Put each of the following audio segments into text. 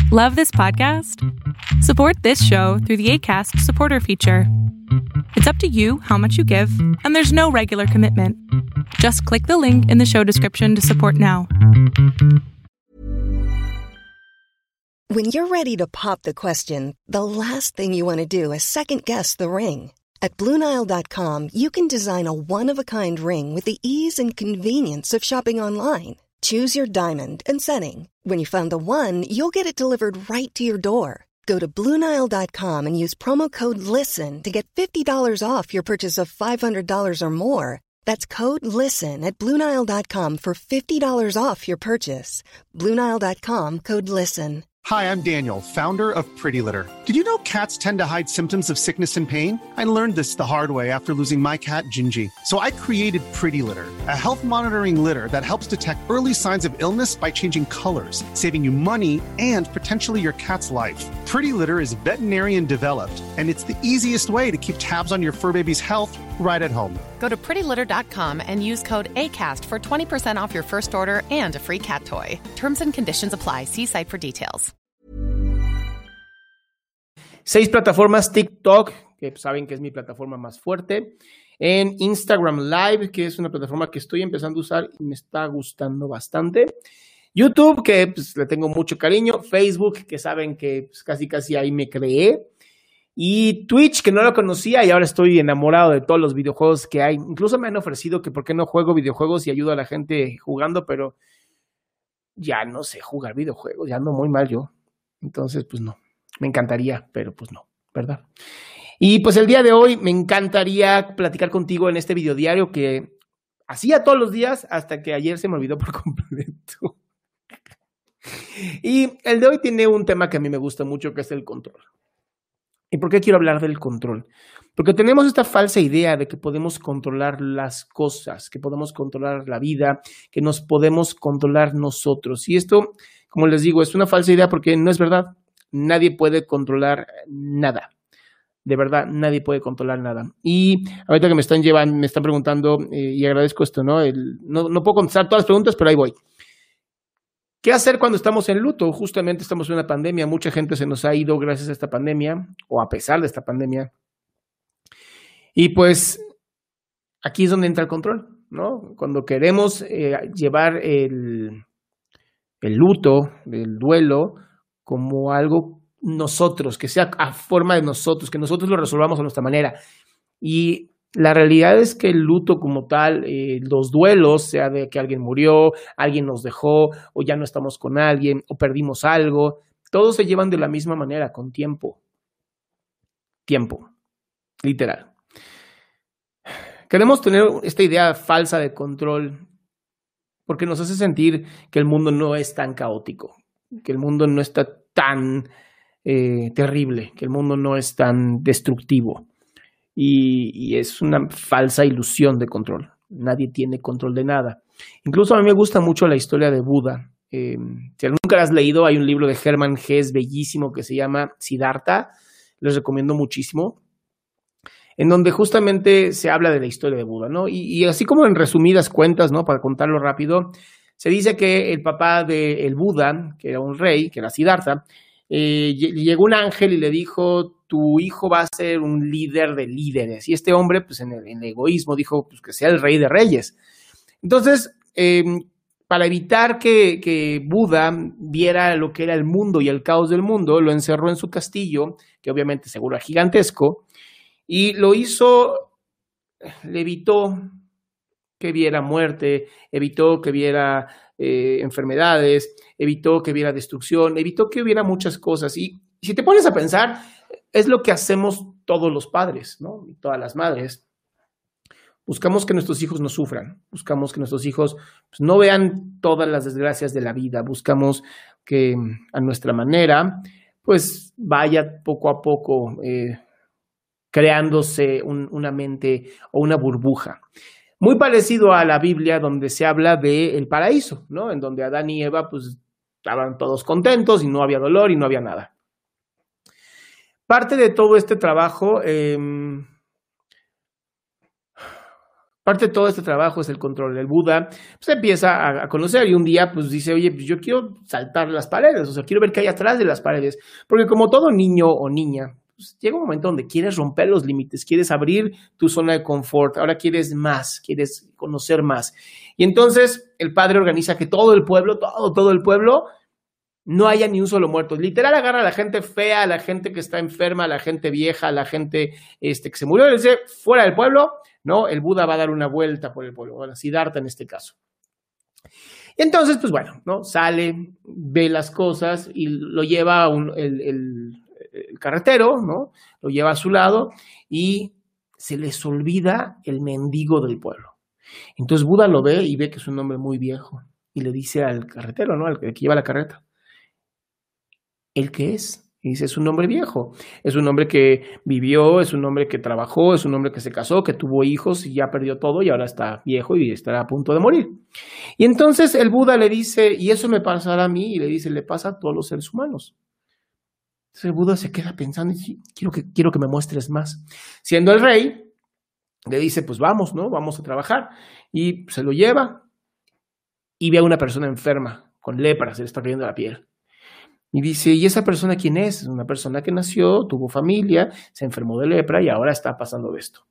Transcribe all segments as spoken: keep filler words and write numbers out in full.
Love this podcast? Support this show through the Acast supporter feature. It's up to you how much you give, and there's no regular commitment. Just click the link in the show description to support now. When you're ready to pop the question, the last thing you want to do is second-guess the ring. At Blue Nile dot com, you can design a one-of-a-kind ring with the ease and convenience of shopping online. Choose your diamond and setting. When you find the one, you'll get it delivered right to your door. Go to Blue Nile dot com and use promo code LISTEN to get fifty dollars off your purchase of five hundred dollars or more. That's code LISTEN at Blue Nile dot com for fifty dollars off your purchase. Blue Nile dot com, code LISTEN. Hi, I'm Daniel, founder of Pretty Litter. Did you know cats tend to hide symptoms of sickness and pain? I learned this the hard way after losing my cat, Gingy. So I created Pretty Litter, a health monitoring litter that helps detect early signs of illness by changing colors, saving you money and potentially your cat's life. Pretty Litter is veterinarian developed, and it's the easiest way to keep tabs on your fur baby's health right at home. Go to pretty litter dot com and use code ACAST for twenty percent off your first order and a free cat toy. Terms and conditions apply. See site for details. Seis plataformas: TikTok, que saben que es mi plataforma más fuerte. En Instagram Live, que es una plataforma que estoy empezando a usar y me está gustando bastante. YouTube, que pues, le tengo mucho cariño. Facebook, que saben que pues, casi casi ahí me creé. Y Twitch, que no lo conocía y ahora estoy enamorado de todos los videojuegos que hay. Incluso me han ofrecido que por qué no juego videojuegos y ayudo a la gente jugando, pero ya no sé jugar videojuegos, ya ando muy mal yo. Entonces, pues no. Me encantaría, pero pues no, ¿verdad? Y pues el día de hoy me encantaría platicar contigo en este video diario que hacía todos los días hasta que ayer se me olvidó por completo. Y el de hoy tiene un tema que a mí me gusta mucho, que es el control. ¿Y por qué quiero hablar del control? Porque tenemos esta falsa idea de que podemos controlar las cosas, que podemos controlar la vida, que nos podemos controlar nosotros. Y esto, como les digo, es una falsa idea porque no es verdad. Nadie puede controlar nada. De verdad, nadie puede controlar nada. Y ahorita que me están llevando, me están preguntando, eh, y agradezco esto, ¿no? El, no, no puedo contestar todas las preguntas, pero ahí voy. ¿Qué hacer cuando estamos en luto? Justamente estamos en una pandemia. Mucha gente se nos ha ido gracias a esta pandemia, o a pesar de esta pandemia. Y pues, aquí es donde entra el control, ¿no? Cuando queremos eh, llevar el, el luto, el duelo, como algo nosotros, que sea a forma de nosotros, que nosotros lo resolvamos a nuestra manera. Y la realidad es que el luto como tal, eh, los duelos, sea de que alguien murió, alguien nos dejó, o ya no estamos con alguien, o perdimos algo, todos se llevan de la misma manera, con tiempo. Tiempo, literal. Queremos tener esta idea falsa de control porque nos hace sentir que el mundo no es tan caótico, que el mundo no está tan eh, terrible, que el mundo no es tan destructivo. Y, y es una falsa ilusión de control. Nadie tiene control de nada. Incluso a mí me gusta mucho la historia de Buda. Eh, si nunca la has leído, hay un libro de Hermann Hesse bellísimo que se llama Siddhartha. Les recomiendo muchísimo. En donde justamente se habla de la historia de Buda, ¿no? Y, y así como en resumidas cuentas, ¿no? Para contarlo rápido, se dice que el papá del Buda, que era un rey, que era Siddhartha, eh, llegó un ángel y le dijo, tu hijo va a ser un líder de líderes. Y este hombre, pues en el, en el egoísmo, dijo pues, que sea el rey de reyes. Entonces, eh, para evitar que, que Buda viera lo que era el mundo y el caos del mundo, lo encerró en su castillo, que obviamente seguro era gigantesco, y lo hizo, le evitó que viera muerte, evitó que viera eh, enfermedades, evitó que viera destrucción, evitó que hubiera muchas cosas. Y si te pones a pensar, es lo que hacemos todos los padres, ¿no? Y todas las madres. Buscamos que nuestros hijos no sufran, buscamos que nuestros hijos pues, no vean todas las desgracias de la vida, buscamos que a nuestra manera, pues vaya poco a poco eh, creándose un, una mente o una burbuja. Muy parecido a la Biblia, donde se habla del paraíso, ¿no? En donde Adán y Eva, pues, estaban todos contentos y no había dolor y no había nada. Parte de todo este trabajo, eh, Parte de todo este trabajo es el control. El Buda pues, empieza a, a conocer y un día pues dice, oye, pues yo quiero saltar las paredes, o sea, quiero ver qué hay atrás de las paredes. Porque como todo niño o niña, pues, llega un momento donde quieres romper los límites, quieres abrir tu zona de confort, ahora quieres más, quieres conocer más. Y entonces el padre organiza que todo el pueblo, todo, todo el pueblo, no haya ni un solo muerto. Literal agarra a la gente fea, a la gente que está enferma, a la gente vieja, a la gente este, que se murió, y dice, fuera del pueblo, ¿no? El Buda va a dar una vuelta por el pueblo, bueno, Siddhartha en este caso. Y entonces, pues bueno, ¿no? Sale, ve las cosas y lo lleva a un, el, el, el carretero, ¿no? Lo lleva a su lado y se les olvida el mendigo del pueblo. Entonces Buda lo ve y ve que es un hombre muy viejo y le dice al carretero, ¿no? Al que lleva la carreta, ¿el qué es? Y dice, es un hombre viejo, es un hombre que vivió, es un hombre que trabajó, es un hombre que se casó, que tuvo hijos y ya perdió todo y ahora está viejo y estará a punto de morir. Y entonces el Buda le dice, y eso me pasará a mí, y le dice, le pasa a todos los seres humanos. Entonces el Buda se queda pensando, y quiero que, quiero que me muestres más. Siendo el rey, le dice, pues vamos, ¿no? Vamos a trabajar. Y se lo lleva y ve a una persona enferma, con lepra, se le está cayendo la piel. Y dice, ¿y esa persona quién es? Es una persona que nació, tuvo familia, se enfermó de lepra y ahora está pasando esto.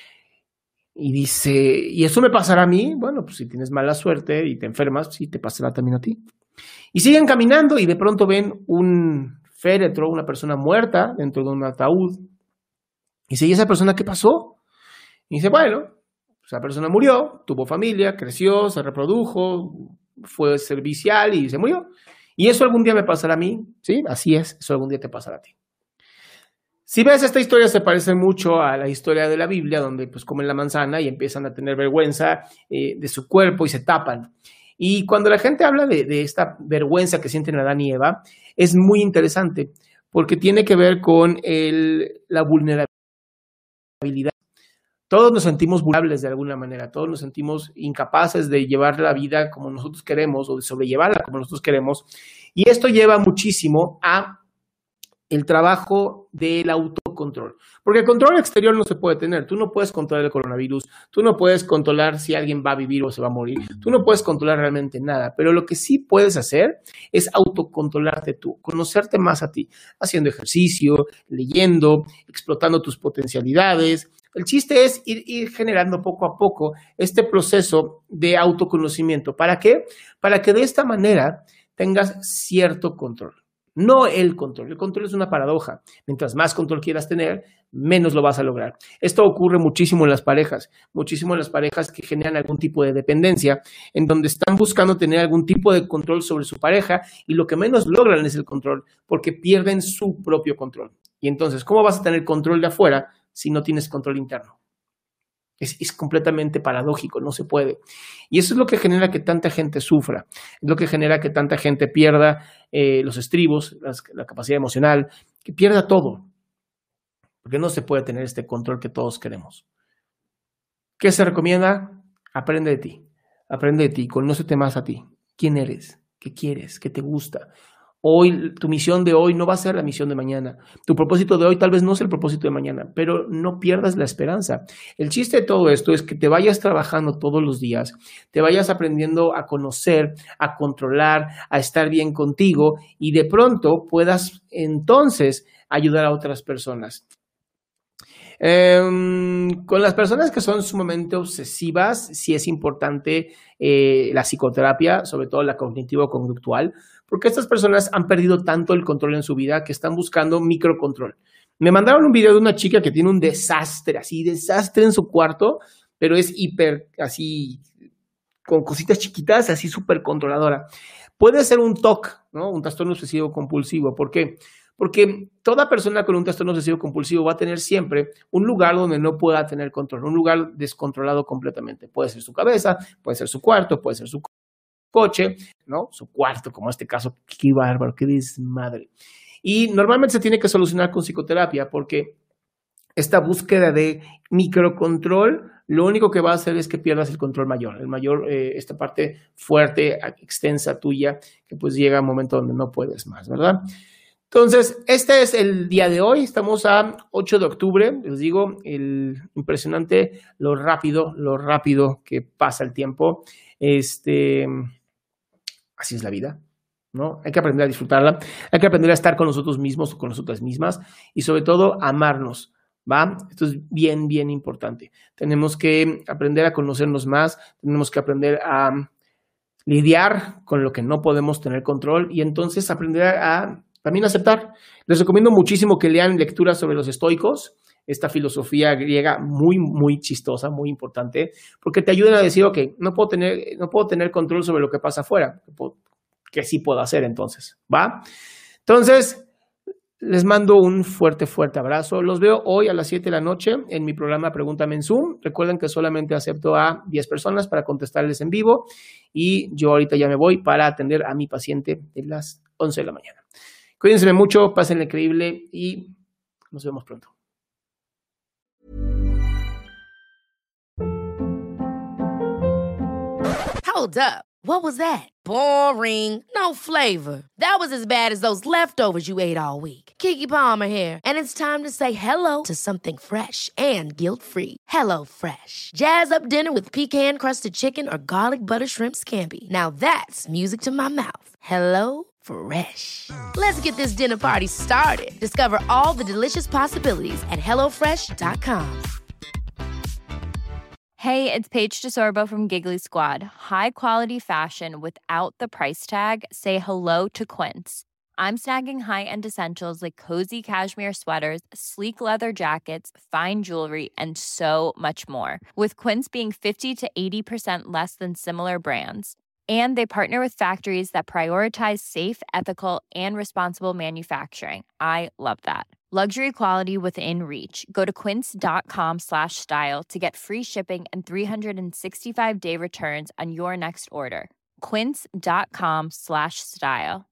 Y dice, ¿y eso me pasará a mí? Bueno, pues si tienes mala suerte y te enfermas, sí te pasará también a ti. Y siguen caminando y de pronto ven un féretro, una persona muerta dentro de un ataúd. Y dice, ¿y esa persona qué pasó? Y dice, bueno, esa persona murió, tuvo familia, creció, se reprodujo, fue servicial y se murió. Y eso algún día me pasará a mí, ¿sí? Así es, eso algún día te pasará a ti. Si ves, esta historia se parece mucho a la historia de la Biblia, donde pues comen la manzana y empiezan a tener vergüenza eh, de su cuerpo y se tapan. Y cuando la gente habla de, de esta vergüenza que sienten Adán y Eva, es muy interesante, porque tiene que ver con el, la vulnerabilidad. Todos nos sentimos vulnerables de alguna manera, todos nos sentimos incapaces de llevar la vida como nosotros queremos o de sobrellevarla como nosotros queremos. Y esto lleva muchísimo a el trabajo del autocontrol. Porque el control exterior no se puede tener. Tú no puedes controlar el coronavirus, tú no puedes controlar si alguien va a vivir o se va a morir, tú no puedes controlar realmente nada. Pero lo que sí puedes hacer es autocontrolarte tú, conocerte más a ti, haciendo ejercicio, leyendo, explotando tus potencialidades. El chiste es ir, ir generando poco a poco este proceso de autoconocimiento. ¿Para qué? Para que de esta manera tengas cierto control. No el control. El control es una paradoja. Mientras más control quieras tener, menos lo vas a lograr. Esto ocurre muchísimo en las parejas, muchísimo en las parejas que generan algún tipo de dependencia, en donde están buscando tener algún tipo de control sobre su pareja y lo que menos logran es el control, porque pierden su propio control. Y entonces, ¿cómo vas a tener control de afuera si no tienes control interno? Es, es completamente paradójico, no se puede. Y eso es lo que genera que tanta gente sufra, es lo que genera que tanta gente pierda eh, los estribos, las, la capacidad emocional, que pierda todo. Porque no se puede tener este control que todos queremos. ¿Qué se recomienda? Aprende de ti, aprende de ti, conócete más a ti. ¿Quién eres? ¿Qué quieres? ¿Qué te gusta? Hoy, tu misión de hoy no va a ser la misión de mañana. Tu propósito de hoy tal vez no sea el propósito de mañana, pero no pierdas la esperanza. El chiste de todo esto es que te vayas trabajando todos los días, te vayas aprendiendo a conocer, a controlar, a estar bien contigo y de pronto puedas entonces ayudar a otras personas. Eh, con las personas que son sumamente obsesivas, sí es importante eh, la psicoterapia, sobre todo la cognitivo-conductual, porque estas personas han perdido tanto el control en su vida que están buscando microcontrol. Me mandaron un video de una chica que tiene un desastre, así, desastre en su cuarto, pero es hiper, así, con cositas chiquitas, así súper controladora. Puede ser un T O C, ¿no? Un trastorno obsesivo compulsivo. ¿Por qué? Porque toda persona con un trastorno obsesivo compulsivo va a tener siempre un lugar donde no pueda tener control, un lugar descontrolado completamente. Puede ser su cabeza, puede ser su cuarto, puede ser su coche, ¿no? Su cuarto, como en este caso. Qué bárbaro, qué desmadre. Y normalmente se tiene que solucionar con psicoterapia porque esta búsqueda de microcontrol lo único que va a hacer es que pierdas el control mayor, el mayor, eh, esta parte fuerte, extensa tuya, que pues llega a un momento donde no puedes más, ¿verdad? Entonces, este es el día de hoy. Estamos a ocho de octubre. Les digo, el impresionante, lo rápido, lo rápido que pasa el tiempo. Este, así es la vida, ¿no? Hay que aprender a disfrutarla. Hay que aprender a estar con nosotros mismos o con nosotras mismas y sobre todo amarnos, ¿va? Esto es bien, bien importante. Tenemos que aprender a conocernos más. Tenemos que aprender a lidiar con lo que no podemos tener control y entonces aprender a también aceptar. Les recomiendo muchísimo que lean lecturas sobre los estoicos, esta filosofía griega muy, muy chistosa, muy importante, porque te ayudan a decir, ok, no puedo tener, no puedo tener control sobre lo que pasa afuera, que sí puedo hacer entonces, ¿va? Entonces, les mando un fuerte, fuerte abrazo. Los veo hoy a las siete de la noche en mi programa Pregúntame en Zoom. Recuerden que solamente acepto a diez personas para contestarles en vivo y yo ahorita ya me voy para atender a mi paciente de las once de la mañana. Cuídense mucho, pásenla increíble y nos vemos pronto. Hold up. What was that? Boring. No flavor. That was as bad as those leftovers you ate all week. Keke Palmer here, and it's time to say hello to something fresh and guilt-free. Hello Fresh. Jazz up dinner with pecan-crusted chicken or garlic butter shrimp scampi. Now that's music to my mouth. Hello Fresh. Let's get this dinner party started. Discover all the delicious possibilities at hello fresh dot com. Hey, it's Paige DeSorbo from Giggly Squad. High quality fashion without the price tag. Say hello to Quince. I'm snagging high-end essentials like cozy cashmere sweaters, sleek leather jackets, fine jewelry, and so much more. With Quince being fifty to eighty percent less than similar brands. And they partner with factories that prioritize safe, ethical, and responsible manufacturing. I love that. Luxury quality within reach. Go to quince.com slash style to get free shipping and three sixty-five day returns on your next order. Quince.com slash style.